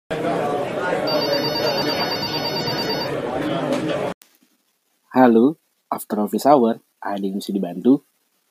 Halo, after office hour, ada yang bisa dibantu?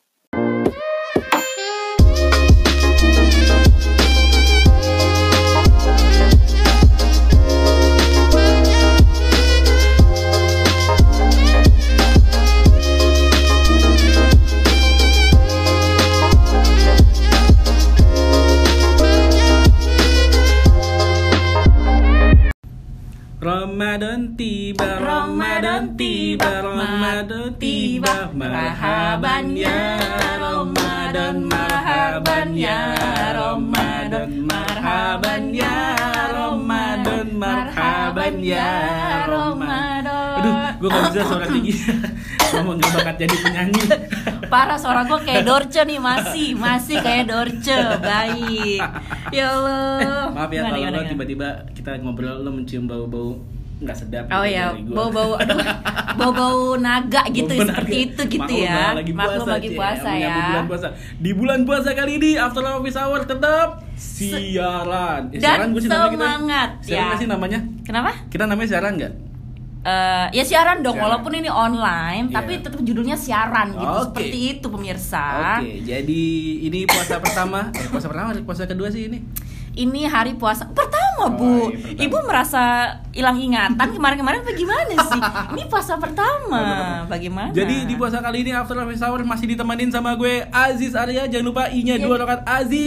Ramadan tiba, Ramadan tiba, Ramadan tiba, marhaban ya Ramadan, marhaban ya Ramadan, marhaban ya Ramadan, marhaban ya Ramadan. Aduh, gue gak bisa suara tinggi. Ngomong gak bakat jadi penyanyi. Parah, suara gue kayak Dorce nih, masih kayak Dorce. Baik. Ya Allah. Maaf ya Gimana, kalau lo gimana? tiba-tiba kita ngobrol lo mencium bau-bau nggak sedap. Oh gitu ya, dari gua. bau-bau naga gitu, Bau seperti naga. itu gitu Maklum ya. lah, lagi Maklum lagi puasa ya. Bulan puasa. Di bulan puasa kali ini After Office Hour tetap siaran. Dan Siaran gua sih namanya semangat, kita. Siaran ya. nggak sih namanya? Kenapa? Kita namanya siaran nggak? Ya siaran dong, Siaran. walaupun ini online, tapi Iya. tetap judulnya siaran gitu. Oke. Seperti itu pemirsa. Oke, jadi ini puasa pertama. Puasa pertama, puasa kedua sih ini. Ini hari puasa pertama, Oh, Bu. iya, pertama. Ibu merasa hilang ingatan kemarin-kemarin bagaimana sih? Ini puasa pertama. Bagaimana? Jadi di puasa kali ini After Office Hour masih ditemenin sama gue Aziz Arya. Jangan lupa I-nya 2 rokat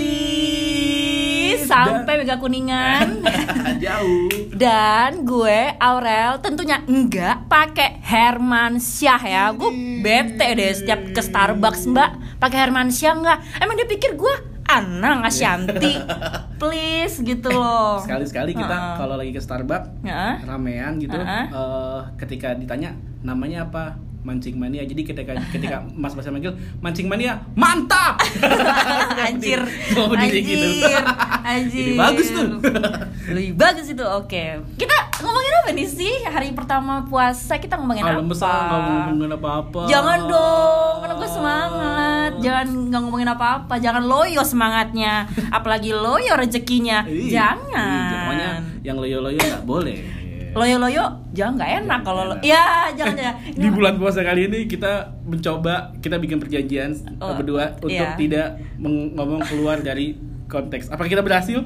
Aziz. Sampai mega kuningan. Jauh. Dan gue Aurel tentunya enggak pakai Hermansyah ya. Gue bete deh setiap ke Starbucks, Mbak. Pakai Hermansyah enggak? Emang dia pikir gue Anang Asyanti. Please gitu loh. Sekali-sekali kita kalau lagi ke Starbucks Heeh. ramean gitu, ketika ditanya namanya apa, Mancing Mania. Jadi ketika Mas Basya manggil Mancing Mania, mantap. Anjir. Oh, diri gitu. Anjir. Ini bagus tuh. Lebih bagus itu. Oke. Kita ngomongin apa nih sih? Hari pertama puasa kita ngomongin apa? Nggak ngomongin apa-apa. Jangan dong, karena gue semangat. Jangan nggak ngomongin apa-apa. Jangan loyo semangatnya. Apalagi loyo rezekinya. Iya. Jangan. Pokoknya yang loyo-loyo nggak boleh. Loyo-loyo jangan, nggak enak kalau Enak. ya jangan. Di bulan puasa kali ini kita bikin perjanjian berdua untuk iya. tidak ngomong keluar dari konteks. Apakah kita berhasil?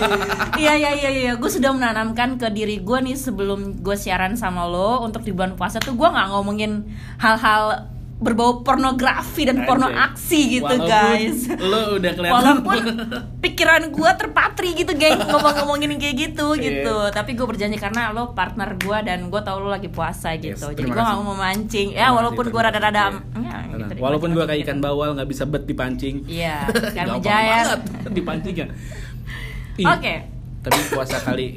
Iya. Gue sudah menanamkan ke diri gue nih sebelum gue siaran sama lo untuk di bulan puasa tuh gue nggak ngomongin hal-hal berbau pornografi dan porno aksi gitu. Walaupun guys. lo udah kelihatan. Walaupun pikiran gue terpatri gitu, geng, ngomongin kayak gitu gitu. Tapi gue berjanji karena lo partner gue dan gue tau lo lagi puasa gitu. Yes, Jadi terima gue gak kasih. mau memancing. Ya Terima walaupun kasih, gue terima rada-rada kasih. ya, gitu deh, Walaupun gue kayak macam-macam ikan gitu. bawal nggak bisa bet dipancing. Iya, kan Gampang Wijaya. banget dipancing ya. Oke. Tapi puasa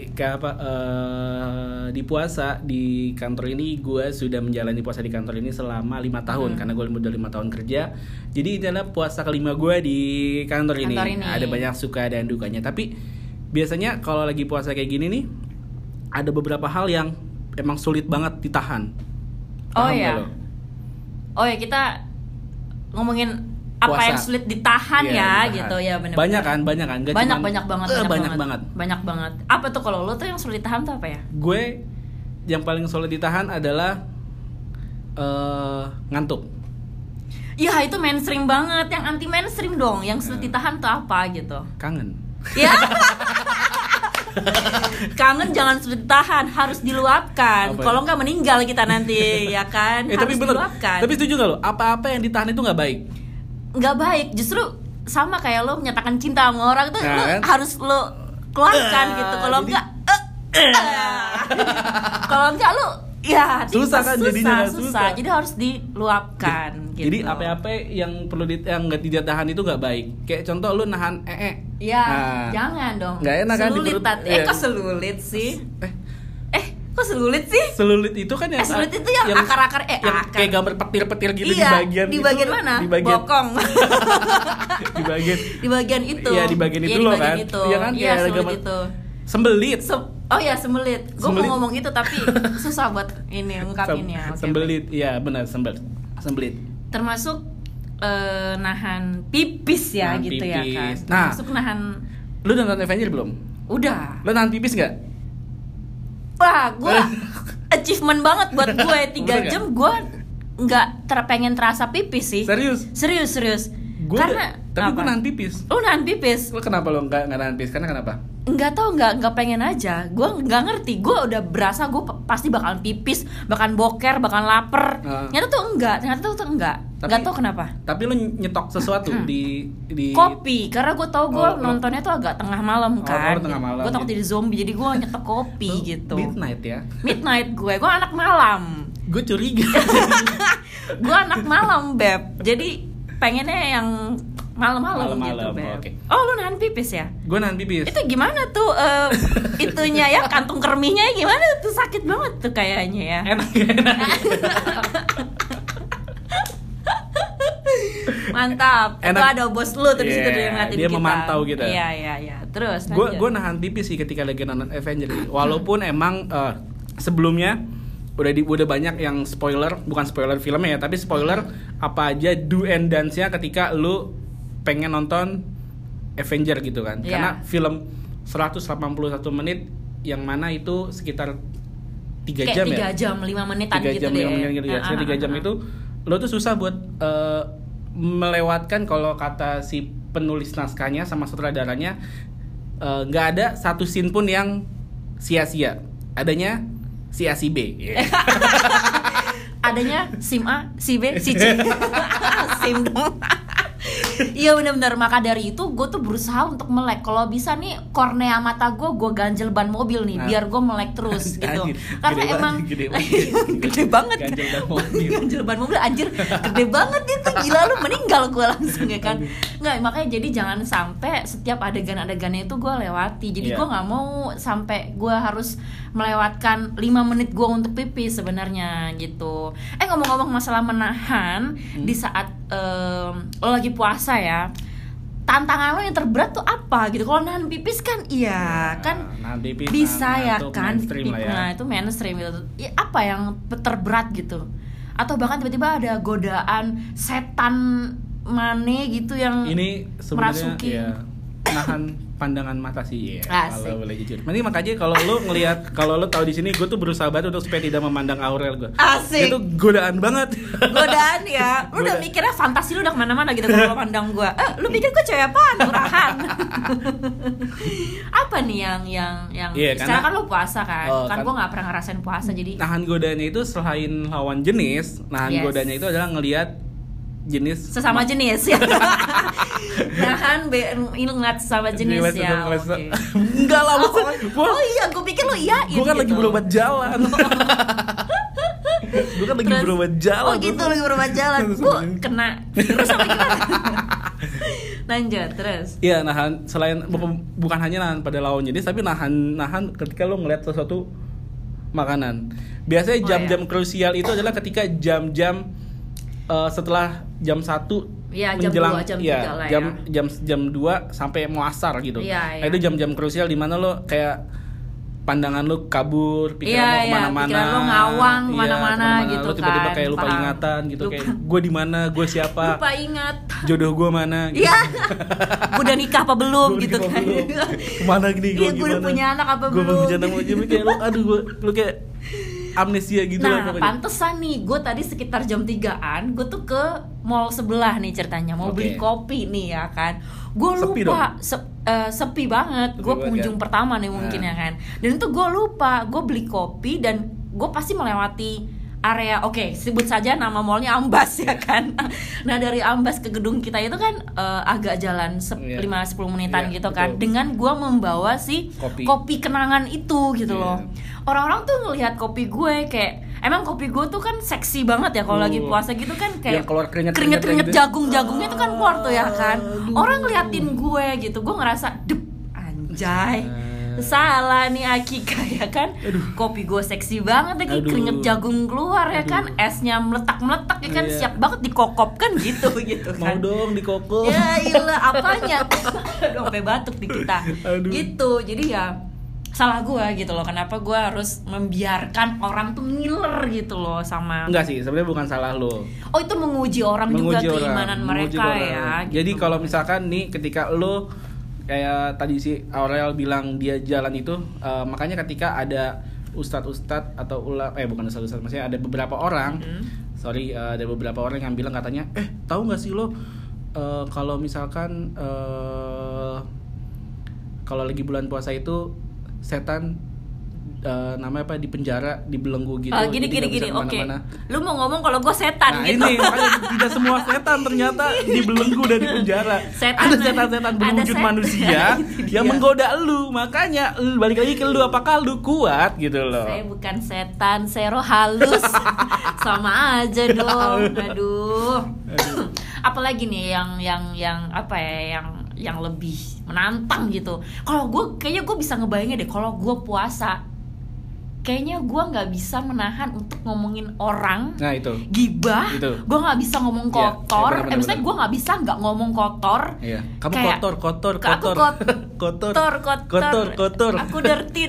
di puasa di kantor ini gue sudah menjalani puasa di kantor ini selama 5 tahun karena gue udah 5 tahun kerja. Jadi ini adalah puasa kelima gue di kantor ini. Ada banyak suka dan dukanya. Tapi biasanya kalau lagi puasa kayak gini nih, ada beberapa hal yang emang sulit banget ditahan. Oh Paham ya. gak lo? Oh ya, kita ngomongin apa Puasa. yang sulit ditahan Iya, ya ditahan. gitu ya, benar. Banyak kan? Nggak cuman- banyak banget. Banyak banget. Apa tuh kalau lo tuh yang sulit ditahan tuh apa ya? Gue yang paling sulit ditahan adalah ngantuk. Ya itu mainstream banget, yang anti mainstream dong. Yang sulit ditahan tuh apa gitu? Kangen. Ya. Kangen jangan sulit ditahan, harus diluapkan. Apa ya? Kalau nggak meninggal kita nanti, ya kan? Harus Tapi bener. diluapkan. Tapi setuju gak lo? Apa-apa yang ditahan itu nggak baik. Nggak baik, justru sama kayak lo menyatakan cinta sama orang tuh, Nah, lo kan? harus lo keluarkan gitu. Kalau jadi- enggak kalau enggak lo ya Susah kan jadinya, susah. Jadi harus diluapkan gitu. Jadi apa-apa yang perlu yang nggak ditahan itu nggak baik. Kayak contoh lu nahan Ya, Nah, jangan dong. nggak enak kan di selulit perut. tat. Iya. Kok selulit sih? Kok selulit sih? Selulit itu kan yang Selulit itu yang akar-akar yang akar. kayak gambar petir-petir gitu Iya, di di itu, bagian mana? Di bagian Bokong. di bagian Di bagian itu. Iya, di bagian itu Iya, di loh bagian kan. itu. Iya kan, Iya, kayak ada selulit gambar- itu. sembelit. Oh ya, sembelit. Gue mau Sembelit. ngomong itu tapi susah buat ini ungkapinnya. Oke, Sembelit. Iya, benar, sembelit. termasuk nahan pipis ya Nahan gitu ya kan. pipis. Nah. Termasuk nahan Lu udah nonton Avenger belum? Udah. Lo nahan pipis nggak? Wah, gue achievement banget buat gue. 3 jam gue nggak pengen terasa pipis sih. Serius. Tapi gue nahan pipis. Lo nahan pipis? Lo kenapa lo nggak nahan pipis? Karena kenapa? Nggak tahu, nggak pengen aja. Gue nggak ngerti. Gue udah berasa gue pasti bakalan pipis, bakalan boker, bakalan lapar. Ternyata tuh enggak. Nggak tahu kenapa. Tapi lo nyetok sesuatu di kopi, karena gue tahu gue nontonnya tuh agak tengah malam kan. Gue takut jadi zombie, jadi gue nyetok kopi gitu. Midnight ya? Midnight gue anak malam. Gue curiga. Gue anak malam, Beb. Jadi pengennya yang malam-malam gitu, Beb. Okay. Oh, lu nahan pipis ya? Gue nahan pipis. Itu gimana tuh itunya ya, kantung kemihnya gimana tuh? Sakit banget tuh kayaknya ya. Enak. Mantap. Itu ada bos lu tuh di situ yang ngeliatin dia kita. Memantau kita. Iya. Terus gue nahan pipis sih ketika lagi nonton Avenger. Walaupun emang sebelumnya udah banyak yang bukan spoiler filmnya ya, tapi spoiler apa aja do and dance-nya ketika lu pengen nonton Avenger gitu kan. Karena film 181 menit yang mana itu sekitar 3 jam ya. 3 jam 5 menitan 3 gitu deh. 5 menit gitu ya. 3 jam itu lo tuh susah buat melewatkan, kalau kata si penulis naskahnya sama sutradaranya, nggak ada satu scene pun yang sia-sia. Adanya si A si B. Adanya sim A, si B, si C. Sim dong. Iya benar-benar, maka dari itu gue tuh berusaha untuk melek. Kalau bisa nih kornea mata gue ganjel ban mobil nih, biar gue melek terus gitu. Karena emang gede banget. Ganjel ban mobil anjir, gede banget itu, gila lu, meninggal gue langsung ya kan. Nggak, makanya jadi jangan sampai setiap adegan-adegannya itu gue lewati. Jadi gue nggak mau sampai gue harus melewatkan 5 menit gue untuk pipis sebenarnya gitu. Ngomong-ngomong masalah menahan di saat lo lagi puasa ya, tantangan lo yang terberat tuh apa gitu? Kalau nahan pipis kan nahan pipis, bisa ya kan, itu mainstream gitu. Ya, apa yang terberat gitu? Atau bahkan tiba-tiba ada godaan setan mane gitu yang ini sebenarnya ya, nahan pandangan mata sih ya, kalau boleh jujur. Nanti makanya kalau lo tahu di sini gue tuh berusaha banget untuk supaya tidak memandang Aurel gue. Asik. Itu godaan banget. Godaan ya. Lu udah mikirnya fantasi lu udah kemana-mana gitu kalau pandang gue. Lu pikir gue cewek apaan? Murahan. Apa nih yang secara kan lu puasa kan? Kan gue nggak pernah ngerasain puasa jadi. Nahan godaannya itu selain lawan jenis, godaannya itu adalah ngelihat jenis sesama jenis ya. Nahan ingat sama jenis ya. Okay. Enggak lah, oh iya, gue pikir lo iyain. Gue kan gitu. Lagi berobat jalan. Gue kan lagi berobat jalan. Oh gitu, lagi berobat jalan. Gue kena virus apa gimana? Lanjut terus. Iya, nahan selain bukan hanya nahan pada lawan jenis, tapi nahan ketika lo ngeliat sesuatu makanan. Biasanya jam-jam krusial itu adalah ketika jam-jam setelah jam 1 menjelang jam 2 sampai mau asar gitu. Nah, itu jam-jam krusial di mana lo kayak pandangan lo kabur, pikiran lo kemana-mana, pikiran lo ngawang kemana-mana gitu lo tiba-tiba kan. Kayak lupa ingatan gitu, kayak gue di mana, gue siapa, lupa ingat, jodoh gue mana gitu. Iya. Gue udah nikah apa belum gitu kan. Kemana gini gue gimana, gue udah punya anak apa belum, gue punya anak kayak lo, lo kayak amnesia gitu lah. Nah, pantesan nih, gue tadi sekitar jam 3-an, gue tuh ke mall sebelah nih ceritanya, mau beli kopi nih ya kan. Gue lupa, sepi banget, gue pengunjung pertama nih mungkin ya kan. Dan itu gue lupa, gue beli kopi dan gue pasti melewati area, sebut saja nama mallnya Ambas ya kan. Nah dari Ambas ke gedung kita itu kan agak jalan 5-10 menitan gitu kan. Dengan gue membawa si kopi kenangan itu gitu loh. Orang-orang tuh ngelihat kopi gue kayak, emang kopi gue tuh kan seksi banget ya kalau lagi puasa gitu kan, kayak keringet jagung-jagungnya tuh kan keluar tuh ya kan. Orang ngeliatin gue gitu, gue ngerasa anjay, salah nih Akika ya kan. Kopi gue seksi banget lagi, keringet jagung keluar ya kan, esnya meletak-meletak ya kan, siap banget dikokop kan gitu kan. Mau dong dikokop. Ya iyalah, apanya. Aduh, sampai batuk di kita. Gitu. Jadi ya salah gue gitu loh, kenapa gue harus membiarkan orang tuh ngiler gitu loh sama. Enggak sih, sebenarnya bukan salah lo. Oh, itu menguji orang juga keimanan mereka ya. Jadi gitu. Kalau misalkan nih ketika lo kayak tadi si Aurel bilang dia jalan itu, makanya ketika ada ustadz atau bukan ustadz, maksudnya ada beberapa orang, ada beberapa orang yang bilang katanya, tahu nggak sih lo kalau misalkan kalau lagi bulan puasa itu setan namanya apa, di penjara, dibelenggu gitu. Gini, oke. Lu mau ngomong kalau gue setan gitu. Ini makanya tidak semua setan ternyata dibelenggu dan di penjara. Ada setan-setan berwujud manusia yang menggoda lu. Makanya balik lagi ke lu, apakah lu kuat gitu loh. Saya bukan setan, saya roh halus. Sama aja dong. Aduh. Apalagi nih yang apa ya, yang lebih menantang gitu. Kalau gue kayaknya gue bisa ngebayangin deh kalau gue puasa. Kayaknya gue nggak bisa menahan untuk ngomongin orang, gibah, gue nggak bisa ngomong kotor, misalnya gue nggak bisa nggak ngomong kotor. Iya. Kamu kayak, kotor. Aku dirty.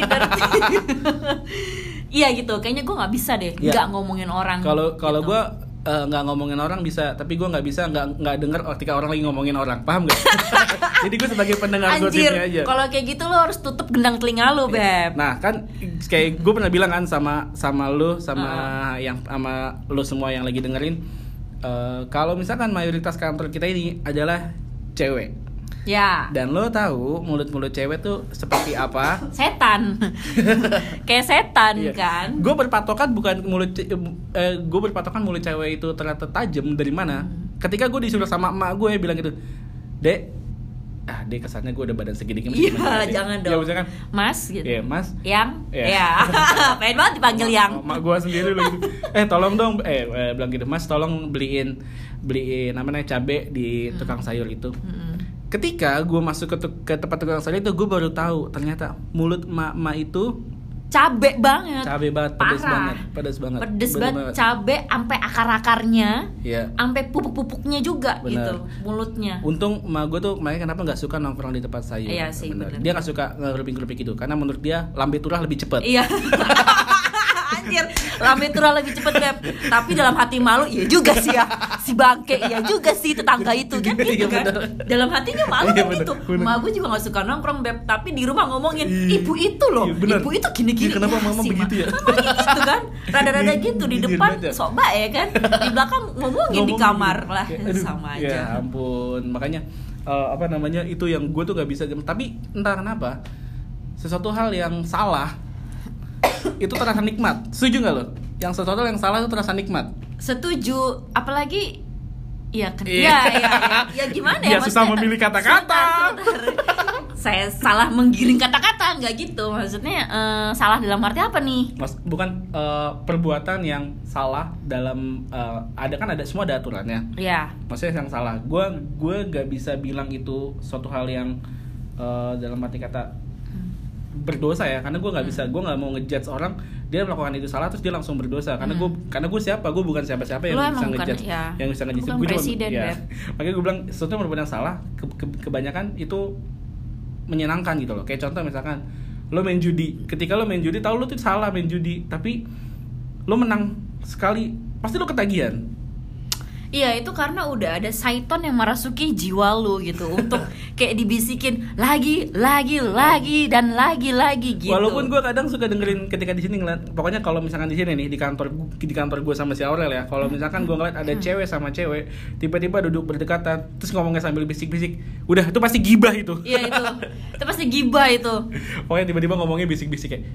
Iya gitu, kayaknya gue nggak bisa deh nggak ngomongin orang. Kalau gitu. gue nggak ngomongin orang bisa, tapi gue nggak bisa nggak denger ketika orang lagi ngomongin orang, paham gak? Jadi gue sebagai pendengar gosipnya aja. Kalau kayak gitu lo harus tutup gendang telinga lo, Beb. Nah kan kayak gue pernah bilang kan sama lu sama lu semua yang lagi dengerin, kalau misalkan mayoritas kantor kita ini adalah cewek. Ya. Dan lo tahu mulut-mulut cewek tuh seperti apa? Setan. Kayak setan kan. Gue berpatokan mulut cewek itu ternyata tajam dari mana? Ketika gue disuruh sama emak gue bilang gitu, Dek, kesannya gue udah badan segini. Iya, jangan dong. Ya misalkan, Mas gitu. Iya, Mas. Yang. Ya. Pengen banget dipanggil yang. Emak gue sendiri loh gitu. Tolong dong, bilang gitu, Mas, tolong beliin namanya cabe di tukang sayur itu. Ketika gue masuk ke tempat tukang sayur itu, gue baru tahu ternyata mulut emak itu cabe banget, pedes banget, cabe sampai akar-akarnya, yeah. Sampai pupuk-pupuknya juga. Bener. Gitu mulutnya. Untung emak gue tuh makanya kenapa nggak suka nongkrong di tempat sayur. Iya sih, bener. Dia nggak suka ngeruping-ngeruping gitu karena menurut dia lambe turah lebih cepet. Iya. Anjir, lambe turah lebih cepet, Beb. Tapi dalam hati malu, iya juga sih ya. Si bangke, iya juga sih tetangga itu kan gitu kan. Dalam hatinya malu kan gitu. Emak gue juga gak suka nongkrong, Beb. Tapi di rumah ngomongin, ibu itu loh, ibu itu gini-gini. Kenapa mama begitu ya? Mamanya gitu kan. Rada-rada gitu di depan sok bae kan. Di belakang ngomongin di kamar lah. Sama aja. Ya ampun. Makanya itu yang gue tuh gak bisa. Tapi entah kenapa sesuatu hal yang salah itu terasa nikmat. Setuju gak lo? Yang sesuatu yang salah itu terasa nikmat. Setuju. Apalagi ya gimana ya? Dia susah memilih kata-kata. Saya salah menggiring kata-kata, nggak gitu. Maksudnya salah dalam arti apa nih? Bukan perbuatan yang salah dalam ada semua ada aturannya. Iya. Maksudnya yang salah. Gue nggak bisa bilang itu suatu hal yang dalam arti kata berdosa ya, karena gue nggak mau ngejudge orang dia melakukan itu salah terus dia langsung berdosa karena gue siapa, gue bukan siapa yang bisa ngejudge yang bisa ngejudge gue presiden ya. Makanya gue bilang sesuatu yang berbuat salah kebanyakan itu menyenangkan gitu loh. Kayak contoh misalkan lo main judi, ketika lo main judi tahu lo tuh salah main judi tapi lo menang sekali pasti lo ketagihan. Iya, itu karena udah ada syaiton yang merasuki jiwa lu gitu untuk kayak dibisikin lagi dan lagi gitu. Walaupun gue kadang suka dengerin ketika di sini ngeliat, pokoknya kalau misalkan di sini nih di kantor gue sama si Aurel ya, kalau misalkan gue ngeliat ada cewek sama cewek tiba-tiba duduk berdekatan terus ngomongnya sambil bisik-bisik, udah itu pasti gibah itu. Iya itu pasti gibah itu. Pokoknya tiba-tiba ngomongnya bisik-bisik kayak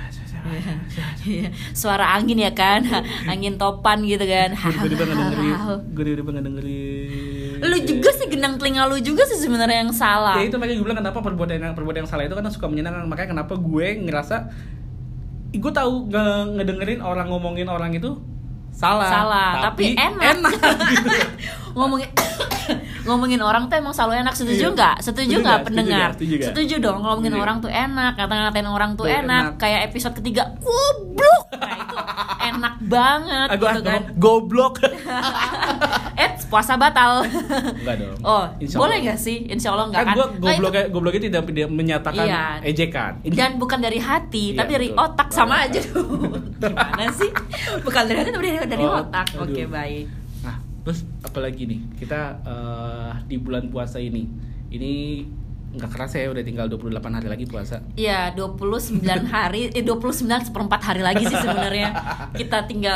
suara angin ya kan, angin topan gitu kan. Gue tiba-tiba nggak dengerin. Lu juga sih gendang telinga lu juga sih sebenarnya yang salah. Ya itu makanya gue bilang kenapa perbuatan yang salah itu karena suka menyenangkan. Makanya kenapa gue ngerasa gue tahu ngedengerin orang ngomongin orang itu salah tapi enak gitu. ngomongin orang tuh emang selalu enak. Setuju nggak? Setuju nggak pendengar? Setuju dong. Ngomongin orang tuh enak, ngatain orang tuh enak. Kayak episode 3 goblok. Nah itu enak banget gitu kan. Goblok. Puasa batal. Enggak dong. Oh, boleh nggak sih? Insya Allah nggak kan? Gobloknya tidak menyatakan ejekan. Dan bukan dari hati, tapi dari otak sama aja tuh. Gimana sih? Bukan dari hati tapi dari otak. Oke, baik. Nah, terus apalagi nih? Kita di bulan puasa ini nggak kerasa ya udah tinggal 28 hari lagi puasa. Iya, 29 hari 29 seperempat hari lagi sih sebenarnya. Kita tinggal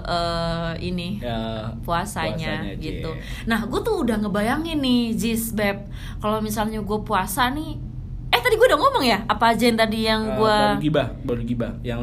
ini ya, puasanya gitu. Nah, gue tuh udah ngebayangin nih Ziz Beb, kalau misalnya gue puasa nih. Tadi gue udah ngomong ya, apa aja yang tadi yang gue baru gibah. Yang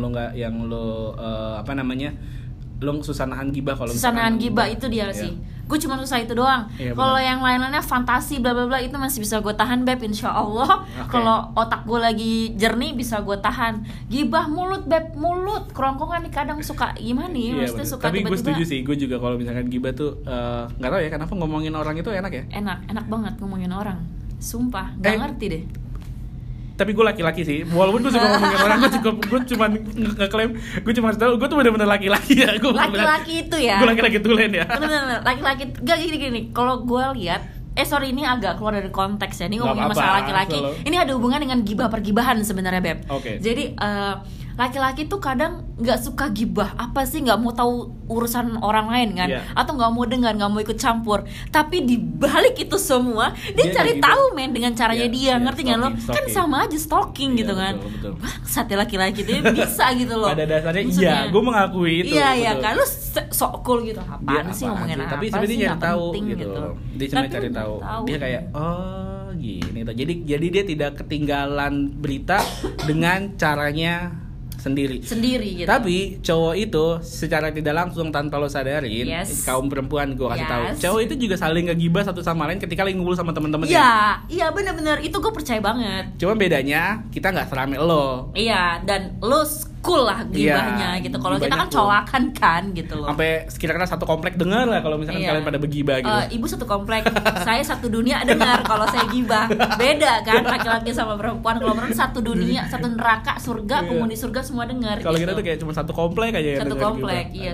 lo apa namanya? Lo susah nahan gibah kalau susah nahan gibah itu dia sih. Gue cuma susah itu doang. Kalau yang lain-lainnya fantasi bla bla bla itu masih bisa gue tahan Beb, insya Allah. Kalau otak gue lagi jernih bisa gue tahan. Gibah mulut Beb, mulut kerongkongan nih kadang suka gimana nih, maksudnya suka tapi tiba-tiba. Gue setuju sih, gue juga kalau misalkan gibah tuh nggak tahu ya kenapa ngomongin orang itu enak ya. Enak banget ngomongin orang. Sumpah, nggak ngerti deh. Tapi gue laki-laki sih, walaupun gue suka ngomongin orang, gue cuma ngeklaim, gue cuma tahu gue tuh bener-bener laki-laki ya. Laki-laki itu ya. Gue laki-laki tulen ya. Bener-bener laki-laki. Gak gini. Kalau gue lihat, sorry ini agak keluar dari konteks ya. Ini ngomongin masalah laki-laki. Ini ada hubungan dengan gibah pergibahan sebenarnya Beb. Jadi laki-laki tuh kadang nggak suka gibah, apa sih, nggak mau tahu urusan orang lain kan, atau nggak mau dengar, nggak mau ikut campur. Tapi di balik itu semua dia cari tahu dengan caranya dia, ngerti nggak lo? Kan sama aja stalking gitu kan. Bangsat ya laki-laki itu bisa gitu loh. Pada dasarnya iya, gue mengakui itu. Iya kan, lu sok cool gitu. Apaan sih ngomongin apa? Tapi sebenarnya dia nyari tahu gitu. Dia cuma cari tahu. Dia kayak gini. Jadi dia tidak ketinggalan berita dengan caranya sendiri gitu. Tapi cowok itu secara tidak langsung tanpa lo sadarin, kaum perempuan gue kasih tahu, cowok itu juga saling ngegibah satu sama lain ketika lagi ngumpul sama teman-temannya. Iya benar-benar itu gue percaya banget. Cuma bedanya kita nggak serame lo. Iya, dan lo cool lah gibahnya gitu. Kalau kita kan cowakan kan gitu loh. Sampai sekira-kira satu komplek dengar lah kalau misalkan kalian pada begibah gitu. Ibu satu komplek, saya satu dunia dengar kalau saya gibah. Beda kan laki-laki sama perempuan. Kalau perempuan satu dunia, satu neraka, surga, penghuni surga semua dengar. Kalau kita tuh kayak cuma satu komplek aja. Satu komplek, iya.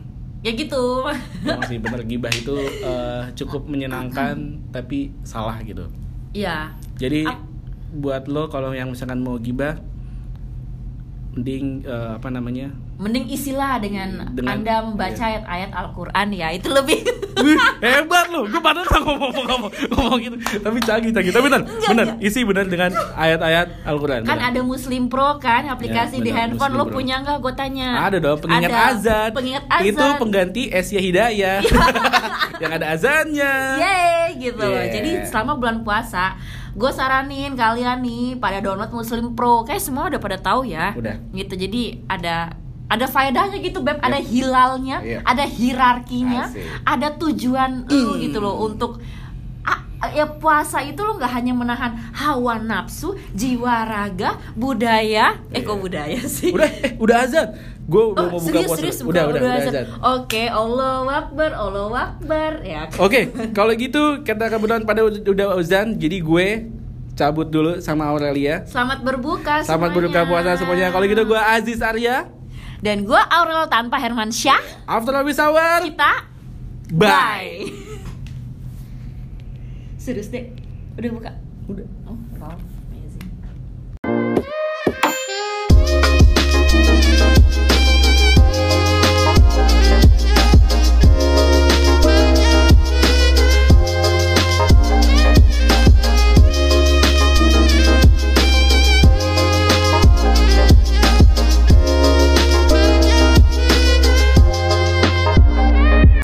Ya gitu. Masih bener, gibah itu cukup menyenangkan tapi salah gitu. Iya. Jadi buat lo kalau yang misalkan mau gibah, mending mending isilah dengan Anda membaca ayat Al-Quran ya, itu lebih hebat loh. Gue padahal gak ngomong gitu, tapi canggih. Tapi benar isi benar dengan ayat-ayat Al-Quran. Kan ada Muslim Pro kan, aplikasi di handphone. Lo punya nggak? Gue tanya. Ada dong, pengingat azan. Itu pengganti Asia Hidayah yang ada azannya. Yeay gitu. Jadi selama bulan puasa, gue saranin kalian nih pada download Muslim Pro. Kayak semua udah pada tahu ya. Udah. Gitu. Jadi ada faedahnya gitu Beb, ada hilalnya, ada hierarkinya, ada tujuan lu gitu loh untuk ya puasa itu lo nggak hanya menahan hawa nafsu, jiwa raga, budaya. Kok budaya sih? Udah azan. Gue udah mau buka puasa. Udah azan. Oke, Allahu Akbar ya. Oke, kalau gitu kita kebetulan pada udah azan, jadi gue cabut dulu sama Aurelia. Selamat berbuka puasa semuanya. Kalau gitu gue Aziz Arya. Dan gue Aurel tanpa Hermansyah. After Office Hour. Kita bye. Serius deh. Udah buka? Udah. Oh, wow.